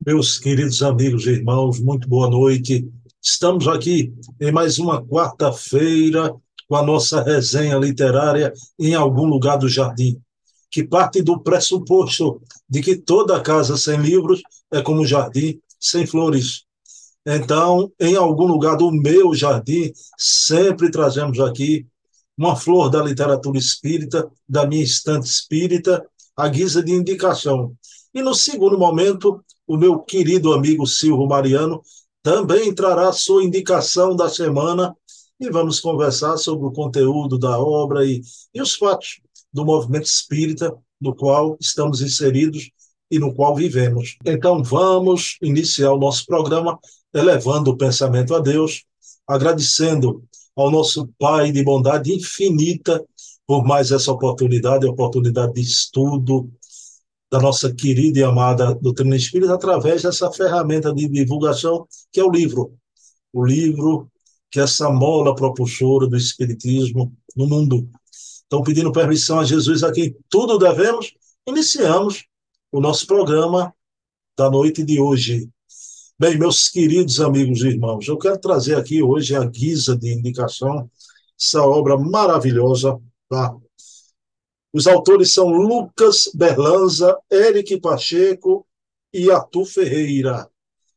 Meus queridos amigos e irmãos, muito boa noite. Estamos aqui em mais uma quarta-feira com a nossa resenha literária em algum lugar do jardim, que parte do pressuposto de que toda casa sem livros é como um jardim sem flores. Então, em algum lugar do meu jardim, sempre trazemos aqui uma flor da literatura espírita, da minha estante espírita, à guisa de indicação. E no segundo momento, o meu querido amigo Silvio Mariano também trará sua indicação da semana e vamos conversar sobre o conteúdo da obra e os fatos do movimento espírita no qual estamos inseridos e no qual vivemos. Então, vamos iniciar o nosso programa elevando o pensamento a Deus, agradecendo ao nosso Pai de bondade infinita por mais essa oportunidade, oportunidade de estudo da nossa querida e amada doutrina espírita através dessa ferramenta de divulgação que é o livro que é essa mola propulsora do espiritismo no mundo. Então, pedindo permissão a Jesus a quem tudo devemos, iniciamos o nosso programa da noite de hoje. Bem, meus queridos amigos e irmãos, eu quero trazer aqui hoje a guisa de indicação essa obra maravilhosa. Tá? Os autores são Lucas Berlanza, Eric Pacheco e Arthur Ferreira.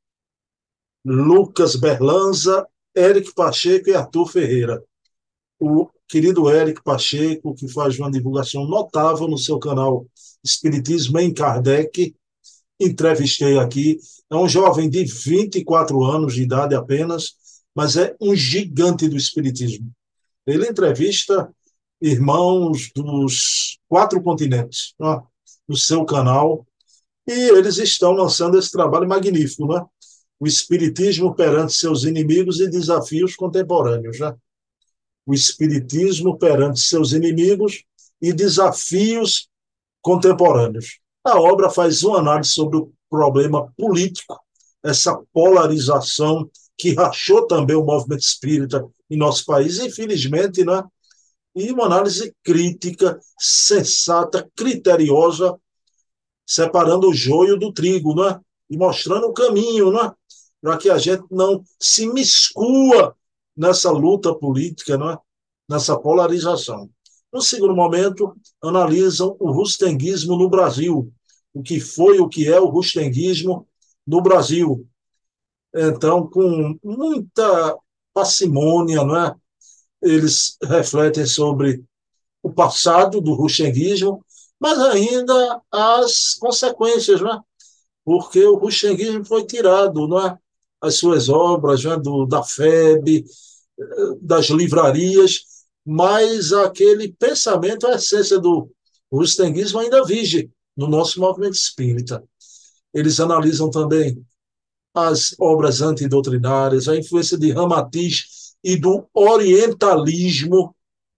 Lucas Berlanza, Eric Pacheco e Arthur Ferreira. O querido Eric Pacheco, que faz uma divulgação notável no seu canal Espiritismo em Kardec, entrevistei aqui. É um jovem de 24 anos de idade apenas, mas é um gigante do espiritismo. Ele entrevista irmãos dos 4 continentes, né, no seu canal, e eles estão lançando esse trabalho magnífico, né? O Espiritismo perante seus inimigos e desafios contemporâneos. Né? O Espiritismo perante seus inimigos e desafios contemporâneos. A obra faz uma análise sobre o problema político, essa polarização que rachou também o movimento espírita em nosso país, infelizmente, né? E uma análise crítica, sensata, criteriosa, separando o joio do trigo, né? E mostrando o caminho, né? Para que a gente não se miscua nessa luta política, né? Nessa polarização. No segundo momento, analisam o rustenguismo no Brasil, o que foi, o que é o rustenguismo no Brasil. Então, com muita parcimônia, não é? Eles refletem sobre o passado do rustenguismo, mas ainda as consequências, né? Porque o rustenguismo foi tirado, não é? As suas obras, né? Da FEB, das livrarias, mas aquele pensamento, a essência do rustenguismo ainda vige no nosso movimento espírita. Eles analisam também as obras antidoutrinárias, a influência de Ramatiz e do orientalismo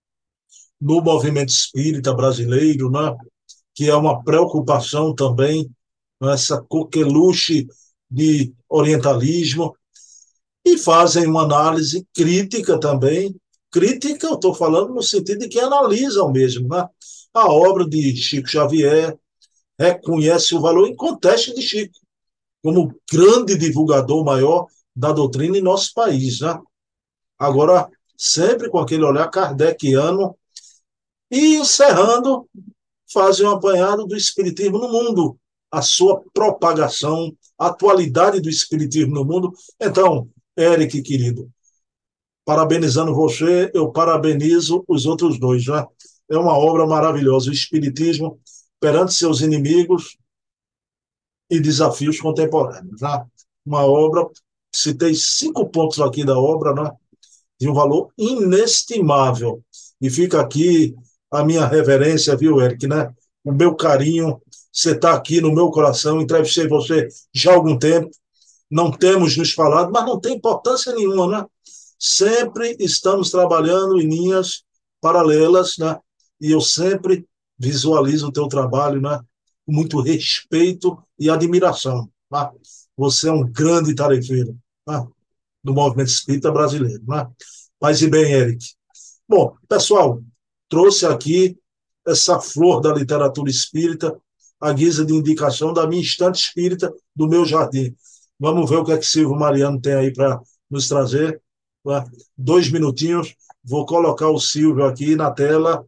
no movimento espírita brasileiro, né? Que é uma preocupação também, essa coqueluche de orientalismo, e fazem uma análise crítica também. Crítica, eu estou falando no sentido de que analisam mesmo. Né? A obra de Chico Xavier reconhece o valor inconteste de Chico, como grande divulgador maior da doutrina em nosso país. Né? Agora, sempre com aquele olhar kardeciano, e encerrando, fazem um apanhado do espiritismo no mundo, a sua propagação, a atualidade do espiritismo no mundo. Então, Eric, querido, parabenizando você, eu parabenizo os outros dois. Já é uma obra maravilhosa, o Espiritismo perante seus inimigos e desafios contemporâneos. Né? Uma obra, citei 5 pontos aqui da obra, né? De um valor inestimável. E fica aqui a minha reverência, viu, Eric, né? O meu carinho, você está aqui no meu coração, entrevistei você já há algum tempo, não temos nos falado, mas não tem importância nenhuma, né? Sempre estamos trabalhando em linhas paralelas, né? E eu sempre visualizo o teu trabalho, né? Com muito respeito e admiração. Né? Você é um grande tarefeiro, né? Do movimento espírita brasileiro, né? Paz e bem, Eric. Bom, pessoal, trouxe aqui essa flor da literatura espírita, à guisa de indicação da minha estante espírita do meu jardim. Vamos ver o que é que Silvio Mariano tem aí para nos trazer. 2 minutinhos, vou colocar o Silvio aqui na tela.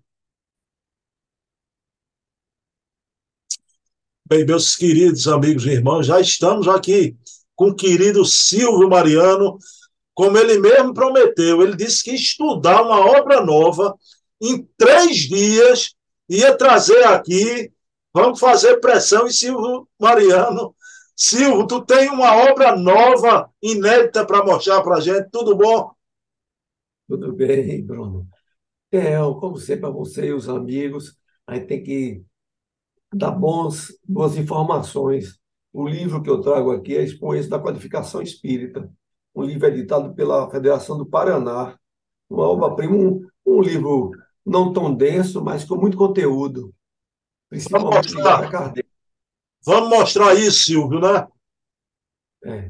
Bem, meus queridos amigos e irmãos, já estamos aqui com o querido Silvio Mariano, como ele mesmo prometeu. Ele disse que ia estudar uma obra nova em 3 dias, ia trazer aqui. Vamos fazer pressão em Silvio Mariano. Silvio, tu tem uma obra nova, inédita para mostrar para a gente. Tudo bom? Tudo bem, Bruno? Como sempre, a você e os amigos, a gente tem que dar boas informações. O livro que eu trago aqui é Expoentes da Codificação Espírita, um livro editado pela Federação do Paraná, uma obra-prima, um livro não tão denso, mas com muito conteúdo, Vamos principalmente ligado a mostrar, Kardec. vamos mostrar isso, Silvio, né? É,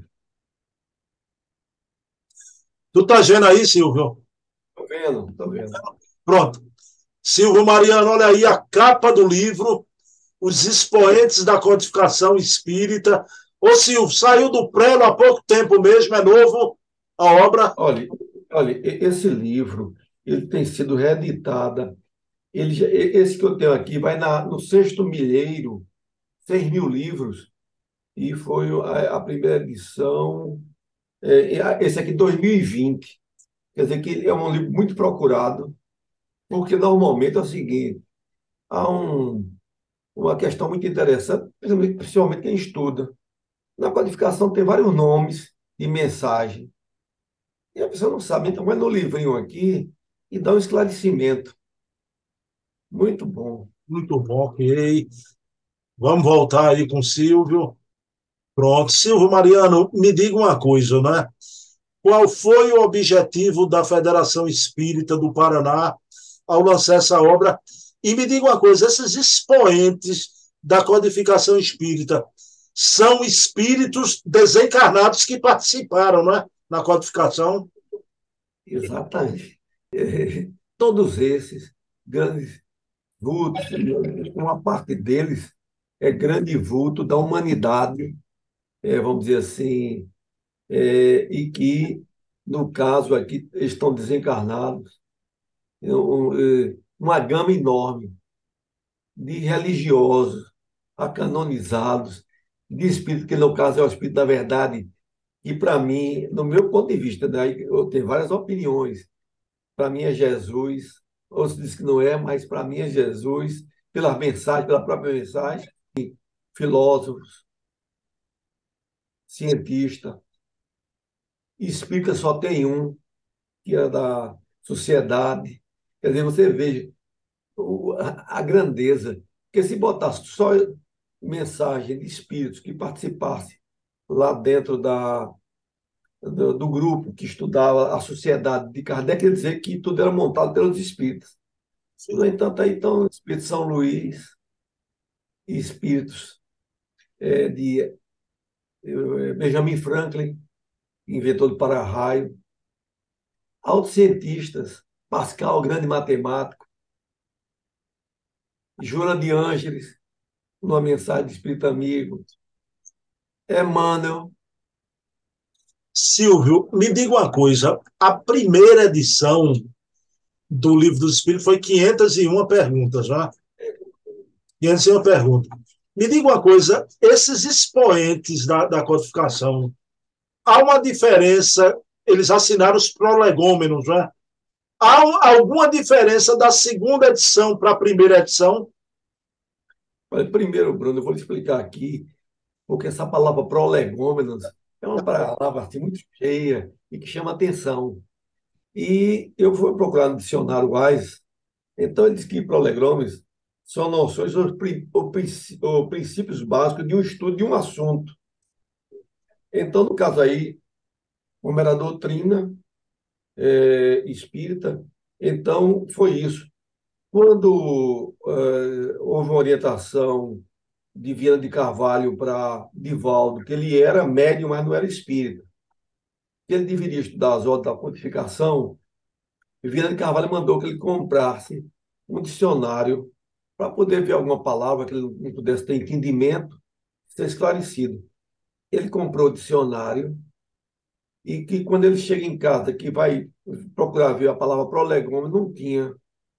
Tu tá vendo aí, Silvio? tô vendo, tô vendo. Pronto. Silvio Mariano, olha aí a capa do livro, os expoentes da codificação espírita. Ô Silvio, saiu do prelo há pouco tempo mesmo, é novo a obra. Olha, olha, esse livro, ele tem sido reeditado. Esse que eu tenho aqui vai no sexto milheiro, 6.000 livros, e foi a primeira edição, esse aqui 2020. Quer dizer que é um livro muito procurado, porque normalmente é o seguinte, há uma questão muito interessante, principalmente quem estuda. Na codificação tem vários nomes de mensagem, e a pessoa não sabe, então vai no livrinho aqui e dá um esclarecimento. Muito bom. Muito bom, ok. Vamos voltar aí com o Silvio. Pronto. Silvio Mariano, me diga uma coisa, né? Qual foi o objetivo da Federação Espírita do Paraná ao lançar essa obra? E me diga uma coisa, esses expoentes da codificação espírita são espíritos desencarnados que participaram, né, na codificação? Exatamente. Todos esses grandes vultos, uma parte deles é grande vulto da humanidade, vamos dizer assim, e que, no caso aqui, estão desencarnados, uma gama enorme de religiosos, a canonizados, de espírito, que no caso é o espírito da verdade, e para mim, no meu ponto de vista, daí eu tenho várias opiniões. Para mim é Jesus, outros dizem que não é, mas para mim é Jesus, pela mensagem, pela própria mensagem, filósofos, cientistas, espírita só tem um, que é da sociedade. Quer dizer, você veja a grandeza, porque se botasse só mensagem de espíritos que participassem lá dentro do grupo que estudava a sociedade de Kardec, quer dizer que tudo era montado pelos espíritos. No entanto, aí estão espíritos São Luís, espíritos de Benjamin Franklin, inventor do para-raio, autocientistas, Pascal, grande matemático, Joana de Ângeles, numa mensagem de Espírito Amigo, Emmanuel. Silvio, me diga uma coisa, a primeira edição do Livro dos Espíritos foi 501 perguntas, né? 501 perguntas. Me diga uma coisa, esses expoentes da codificação, há uma diferença, eles assinaram os prolegômenos, né? Há alguma diferença da segunda edição para a primeira edição? Olha, primeiro, Bruno, eu vou lhe explicar aqui, porque essa palavra prolegômenos é uma palavra assim, muito cheia e que chama atenção. E eu fui procurar no dicionário Wise, então ele diz que prolegômenos são noções ou princípios básicos de um estudo de um assunto. Então, no caso aí, como era a doutrina espírita, então foi isso. Quando houve uma orientação de Viana de Carvalho para Divaldo, que ele era médium, mas não era espírita, que ele deveria estudar as ordens da codificação, Viana de Carvalho mandou que ele comprasse um dicionário para poder ver alguma palavra que ele não pudesse ter entendimento, ser esclarecido. Ele comprou o dicionário e que quando ele chega em casa, que vai procurar ver a palavra prolegômeno, não tinha.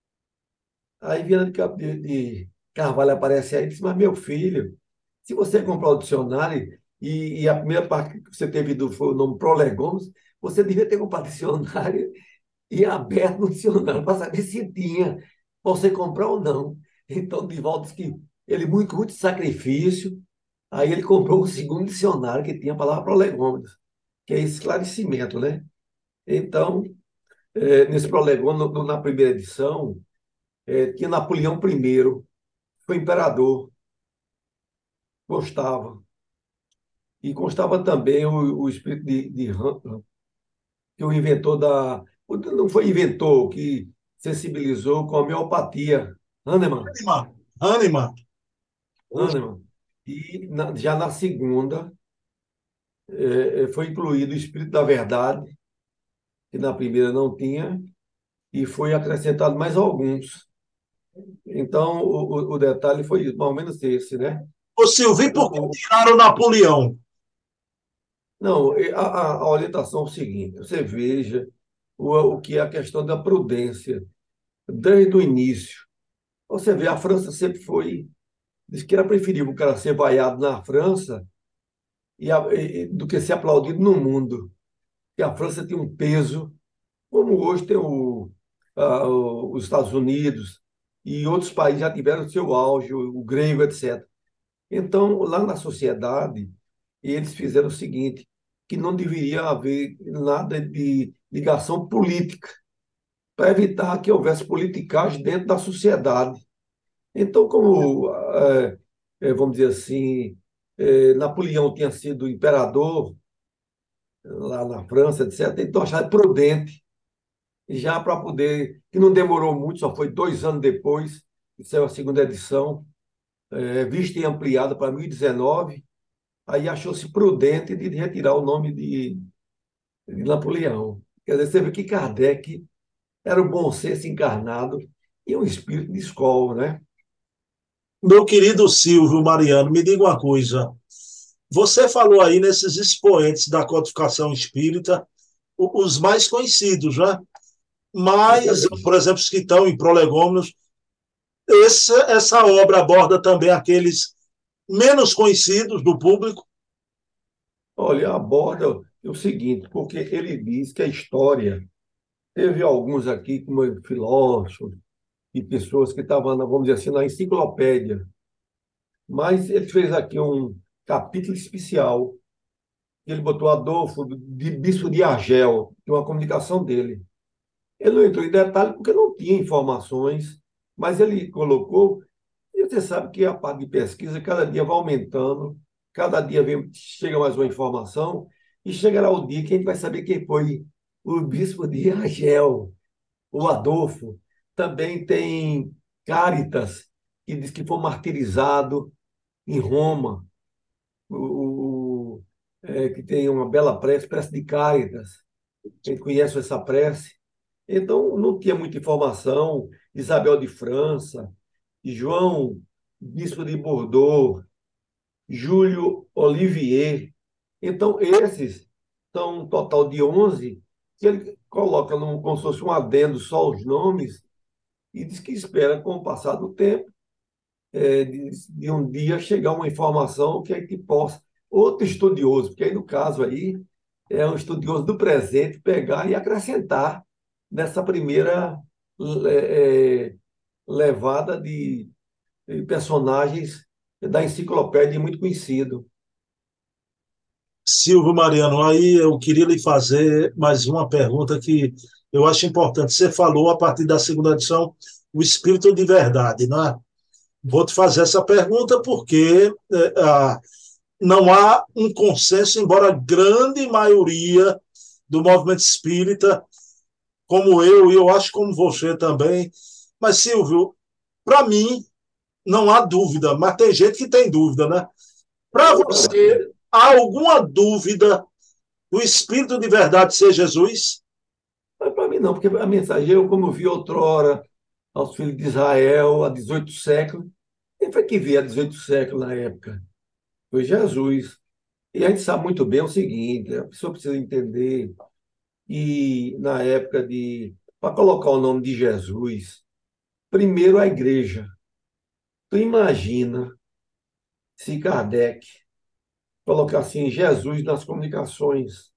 Aí Viana de Carvalho aparece aí e diz, mas meu filho, se você comprar o dicionário e a primeira parte que você teve do foi o nome prolegômenos, você devia ter comprado o dicionário e aberto no dicionário para saber se tinha, para você comprar ou não. Então, Divaldo disse que ele, muito sacrifício, aí ele comprou o segundo dicionário que tinha a palavra prolegômenos, que é esse esclarecimento, né? Então, nesse prolegômeno, na primeira edição, tinha Napoleão I, foi imperador, gostava. E constava também o espírito de que o inventor da. Não foi inventor, que sensibilizou com a homeopatia. Hahnemann. Hahnemann. Hahnemann. Hahnemann. E já na segunda, foi incluído o espírito da verdade, que na primeira não tinha, e foi acrescentado mais alguns. Então, o detalhe foi mais ou menos esse, né? Ô, Silvio, e por que O, o- tiraram Napoleão? não, a orientação é o seguinte: você veja o que é a questão da prudência, desde o início. Você vê, a França sempre foi. Diz que era preferível o cara ser vaiado na França do que ser aplaudido no mundo. Que a França tem um peso, como hoje tem os Estados Unidos e outros países já tiveram seu auge, o grego, etc. Então, lá na sociedade, eles fizeram o seguinte, que não deveria haver nada de ligação política, para evitar que houvesse politicagem dentro da sociedade. Então, como, vamos dizer assim, Napoleão tinha sido imperador lá na França, etc., então acharam prudente, já para poder, que não demorou muito, só foi 2 anos depois, que saiu a segunda edição, vista e ampliada para 1019, aí achou-se prudente de retirar o nome de Napoleão. Quer dizer, você vê que Kardec era o bom senso encarnado e um espírito de escola, né? Meu querido Silvio Mariano, me diga uma coisa. Você falou aí nesses expoentes da codificação espírita, os mais conhecidos, né? Mas, por exemplo, os que estão em prolegômenos, essa obra aborda também aqueles menos conhecidos do público. Olha, aborda o seguinte, porque ele diz que a história teve alguns aqui, como filósofos e pessoas que estavam, vamos dizer assim, na enciclopédia, mas ele fez aqui um capítulo especial, que ele botou Adolfo de Bispo de Argel, que é uma comunicação dele. Ele não entrou em detalhe porque não tinha informações, mas ele colocou, e você sabe que a parte de pesquisa cada dia vai aumentando, cada dia chega mais uma informação, e chegará o dia que a gente vai saber quem foi o bispo de Argel, o Adolfo. Também tem Cáritas, que diz que foi martirizado em Roma, que tem uma bela prece, prece de Cáritas. A gente conhece essa prece. Então, não tinha muita informação. Isabel de França, João, bispo de Bordeaux, Júlio Olivier. Então, esses são um total de 11, que ele coloca como se fosse um adendo só os nomes, e diz que espera, com o passar do tempo, de um dia chegar uma informação que a gente possa, outro estudioso, porque aí no caso aí, é um estudioso do presente, pegar e acrescentar nessa primeira é, levada de personagens da enciclopédia muito conhecido. Silvio Mariano, aí eu queria lhe fazer mais uma pergunta que eu acho importante. Você falou a partir da segunda edição, o espírito de verdade, não é? Vou te fazer essa pergunta porque não há um consenso, embora a grande maioria do movimento espírita, como eu, e eu acho como você também. Mas, Silvio, para mim, não há dúvida, mas tem gente que tem dúvida, né? Para você, há alguma dúvida do Espírito de verdade ser Jesus? Mas para mim não, porque a mensagem, eu como vi outrora, aos filhos de Israel há 18 séculos. Quem foi que via há 18 séculos na época? Foi Jesus. E a gente sabe muito bem o seguinte: a pessoa precisa entender que na época para colocar o nome de Jesus, primeiro a igreja. Tu imagina se Kardec colocar assim Jesus nas comunicações.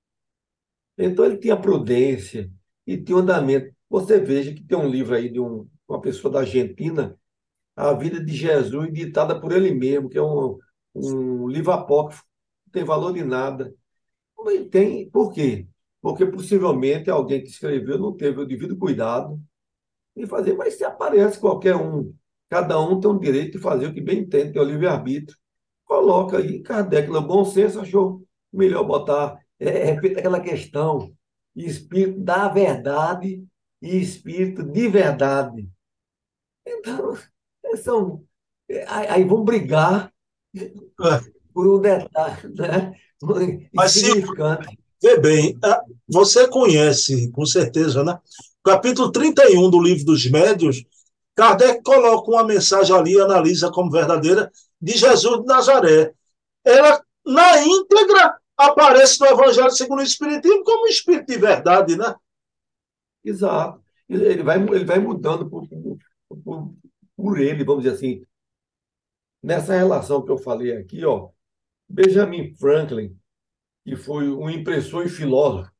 Então ele tinha prudência e tinha um andamento. Você veja que tem um livro aí de uma pessoa da Argentina, A Vida de Jesus, ditada por ele mesmo, que é um livro apócrifo, não tem valor de nada. Mas tem, por quê? Porque possivelmente alguém que escreveu não teve o devido cuidado em fazer, mas se aparece qualquer um, cada um tem o direito de fazer o que bem entende, tem o livre-arbítrio. Coloca aí, Kardec, no bom senso, achou melhor botar, repita aquela questão, espírito da verdade e espírito de verdade. Então, são, aí vão brigar É. por um detalhe, né? Mas, Silvio, Insignificante. vê bem, você conhece, com certeza, né? Capítulo 31 do Livro dos Médiuns, Kardec coloca uma mensagem ali, analisa como verdadeira, de Jesus de Nazaré. Ela, na íntegra, aparece no Evangelho segundo o Espiritismo como um espírito de verdade, né? Exato. Ele vai mudando por, por ele, vamos dizer assim. Nessa relação que eu falei aqui, ó, Benjamin Franklin, que foi um impressor e filósofo,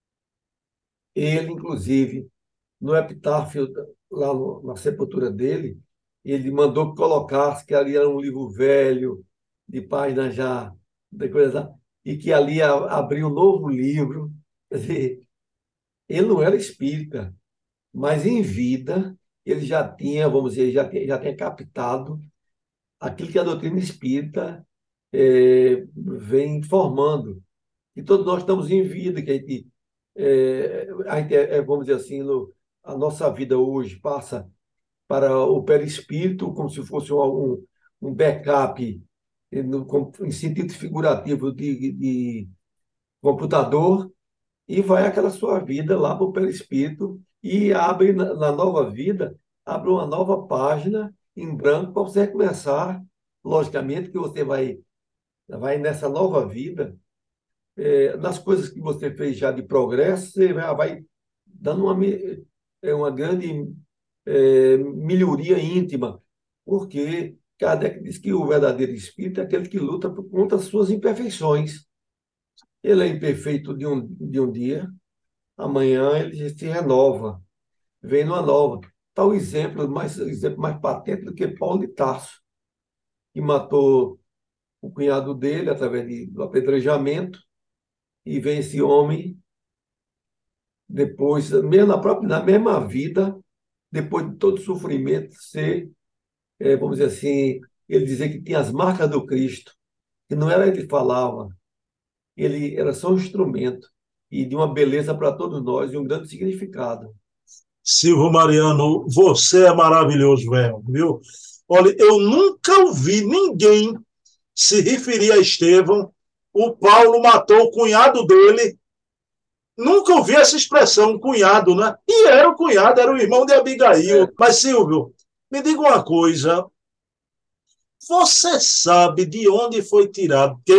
ele, inclusive, no epitáfio, lá na sepultura dele, ele mandou que colocasse que ali era um livro velho, de páginas já, de coisa, e que ali abriu um novo livro. Quer dizer, ele não era espírita, mas em vida ele já tinha, vamos dizer, já tinha captado aquilo que a doutrina espírita vem formando. E todos nós estamos em vida, que vamos dizer assim, a nossa vida hoje passa para o perispírito, como se fosse um backup, em sentido figurativo de computador, e vai aquela sua vida lá para o perispírito e abre na nova vida, abre uma nova página em branco para você começar. Logicamente que você vai nessa nova vida, nas coisas que você fez já de progresso, você vai dando uma grande melhoria íntima, porque Kardec diz que o verdadeiro espírito é aquele que luta contra as suas imperfeições. Ele é imperfeito de um dia, amanhã ele se renova, vem numa nova. Tal exemplo mais patente do que Paulo de Tarso, que matou o cunhado dele através do apedrejamento, e vem esse homem depois, mesmo na mesma vida, depois de todo sofrimento, vamos dizer assim, ele dizer que tinha as marcas do Cristo, que não era ele que falava, ele era só um instrumento, e de uma beleza para todos nós, e um grande significado. Silvio Mariano, você é maravilhoso mesmo, viu? Olha, eu nunca ouvi ninguém se referir a Estevão. O Paulo matou o cunhado dele. Nunca ouvi essa expressão, cunhado, né? E era o cunhado, era o irmão de Abigail. É, Mas, Silvio, me diga uma coisa. Você sabe de onde foi tirado? Porque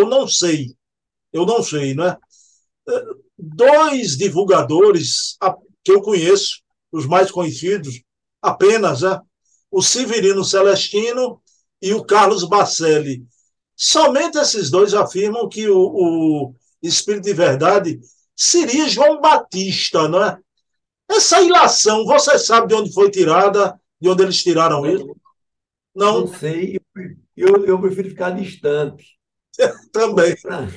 eu não sei, né? Dois divulgadores que eu conheço, os mais conhecidos, apenas, né? O Severino Celestino e o Carlos Bacelli. Somente esses dois afirmam que o Espírito de Verdade seria João Batista, não é? Essa ilação, você sabe de onde foi tirada, de onde eles tiraram isso? não, não Não, sei, eu prefiro ficar distante, também. porque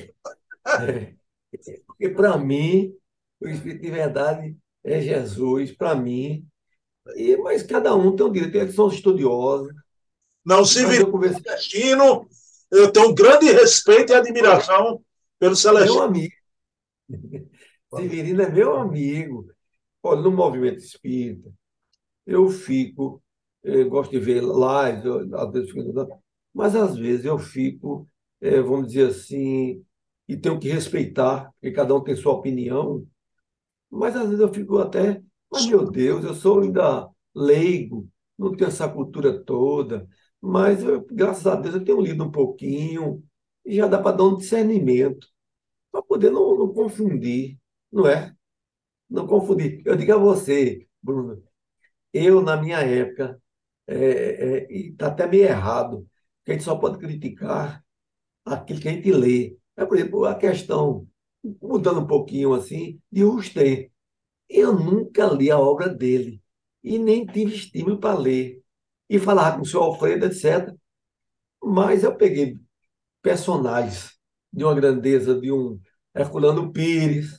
para mim, o Espírito de verdade é Jesus, para mim. Mas cada um tem um direito, eles são estudiosos, Não, mas Severino eu conversei Celestino, eu tenho um grande respeito e com admiração pelo meu Celestino. amigo, Severino é meu amigo. Olha, no movimento espírita, eu fico, gosto de ver lives, às vezes mas às vezes eu fico, vamos dizer assim, e tenho que respeitar, porque cada um tem sua opinião, mas às vezes eu fico até, mas meu Deus, eu sou ainda. leigo, não tenho essa cultura toda, mas graças a Deus eu tenho lido um pouquinho e já dá para dar um discernimento, para poder não confundir, não é? Não confundir. Eu digo a você, Bruno, eu, na minha época, e está até meio errado, porque a gente só pode criticar aquilo que a gente lê. Por exemplo, a questão, mudando um pouquinho assim, de Rustem. Eu nunca li a obra dele e nem tive estímulo para ler. E falava com o senhor Alfredo, etc. Mas eu peguei personagens de uma grandeza de um Herculano Pires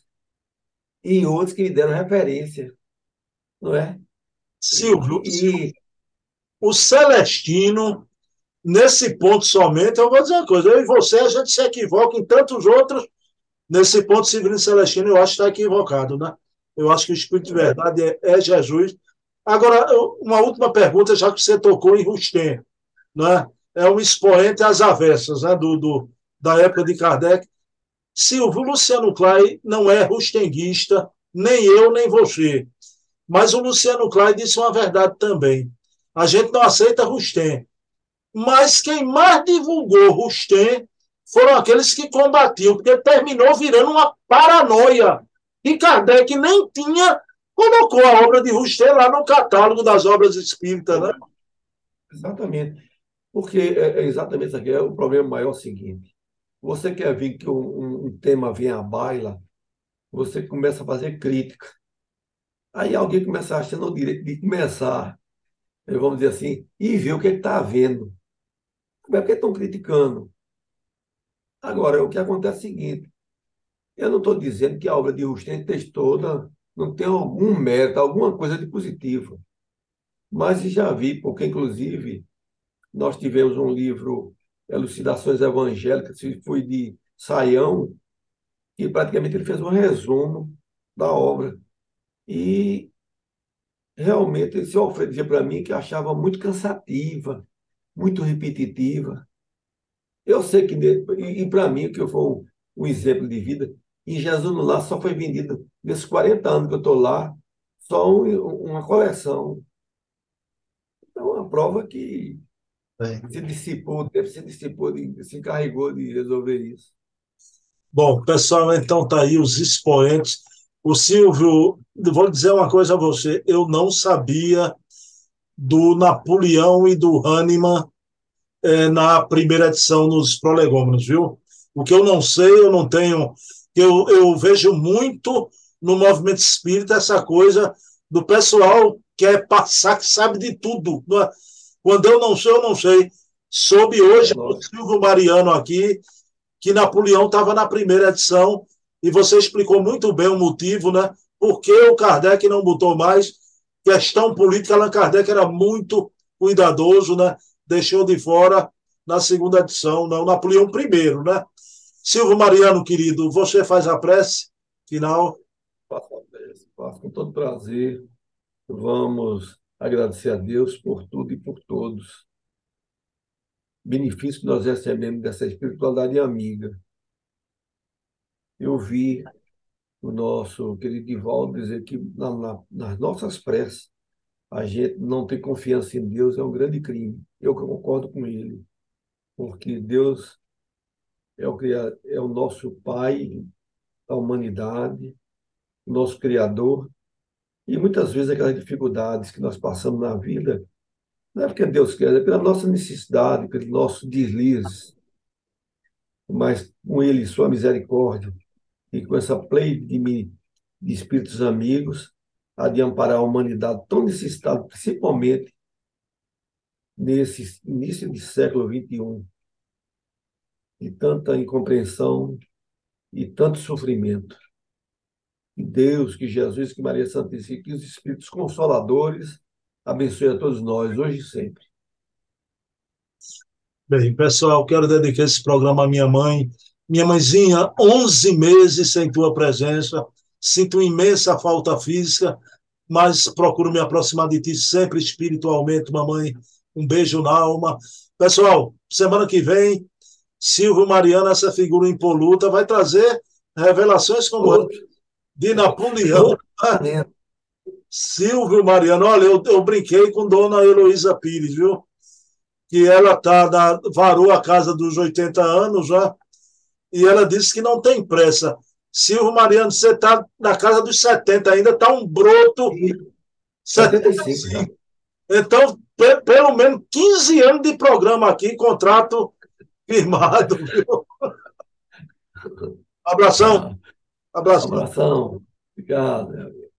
e outros que me deram referência, não é? Silvio, E, o Celestino, nesse ponto somente, eu vou dizer uma coisa, eu e você, a gente se equivoca em tantos outros. Nesse ponto, Severino Celestino, eu acho que está equivocado, né? Eu acho que o Espírito de verdade é Jesus. Agora, uma última pergunta, já que você tocou em Rustem, né? É um expoente às avessas, né? Da época de Kardec. Silvio, Luciano Clay não é rustenguista, nem eu, nem você. Mas o Luciano Clay disse uma verdade também. A gente não aceita Rustem. Mas quem mais divulgou Rustem foram aqueles que combatiam, porque terminou virando uma paranoia. E Kardec nem tinha, colocou a obra de Rustem lá no catálogo das obras espíritas, né? exatamente. Porque é exatamente isso aqui. É o problema maior é o seguinte: você quer vir que um tema venha à baila, você começa a fazer crítica. Aí alguém começa achando o direito de começar, vamos dizer assim, e ver o que está havendo. Como é que estão criticando? Agora, o que acontece é o seguinte: eu não estou dizendo que a obra de Rustem toda não tem algum mérito, alguma coisa de positivo, mas já vi, porque inclusive nós tivemos um livro, Elucidações Evangélicas, que foi de Saião, e praticamente ele fez um resumo da obra. E realmente esse Alfredo dizia para mim que achava muito cansativa, muito repetitiva. Eu sei que, e para mim, que foi um exemplo de vida, e Jesus no Lar só foi vendido, nesses 40 anos que eu estou lá, só uma coleção. Então, uma prova que Bem. se dissipou, se dissipou, se encarregou de resolver isso. Bom, pessoal, então tá aí os expoentes. O Silvio, vou dizer uma coisa a você, eu não sabia do Napoleão e do Hahnemann na primeira edição nos prolegômenos, viu? O que eu não sei, eu não tenho. Eu vejo muito no movimento espírita essa coisa do pessoal que é passar, que sabe de tudo. Não é? Quando eu não sei. Soube É, hoje o nós, Silvio Mariano aqui que Napoleão estava na primeira edição e você explicou muito bem o motivo, né? Por que o Kardec não botou mais. Questão política, Allan Kardec era muito cuidadoso, né? Deixou de fora na segunda edição, não, Napoleão I, né? Silvio Mariano, querido, você faz a prece final. faço com todo prazer. Vamos agradecer a Deus por tudo e por todos. Benefício que nós recebemos dessa espiritualidade amiga. Eu vi o nosso querido Divaldo dizer que nas nossas preces a gente não ter confiança em Deus é um grande crime. Eu concordo com ele, porque Deus é o nosso Pai da humanidade, nosso Criador, e muitas vezes aquelas dificuldades que nós passamos na vida não é porque Deus quer, é pela nossa necessidade, pelo nosso deslize, mas com Ele, Sua misericórdia, e com essa play de espíritos amigos, há de amparar a humanidade tão necessitada, principalmente nesse início de século XXI, de tanta incompreensão e tanto sofrimento. Que Deus, que Jesus, que Maria Santíssima, que os Espíritos Consoladores abençoe a todos nós, hoje e sempre. Bem, pessoal, quero dedicar esse programa à minha mãe. Minha mãezinha, 11 meses sem tua presença. Sinto imensa falta física, mas procuro me aproximar de ti sempre espiritualmente, mamãe. Um beijo na alma. Pessoal, semana que vem, Silvio Mariano, essa figura impoluta, vai trazer revelações como essa Outro, de Napoleão. outro planeta. Silvio Mariano, olha, eu brinquei com Dona Heloísa Pires, viu? Que ela varou a casa dos 80 anos já, e ela disse que não tem pressa. Silvio Mariano, você está na casa dos 70 ainda, está um broto E 75 já. 75. Então, pelo menos 15 anos de programa aqui, contrato firmado, viu? Abração, Tá. abração. Abração. Obrigado.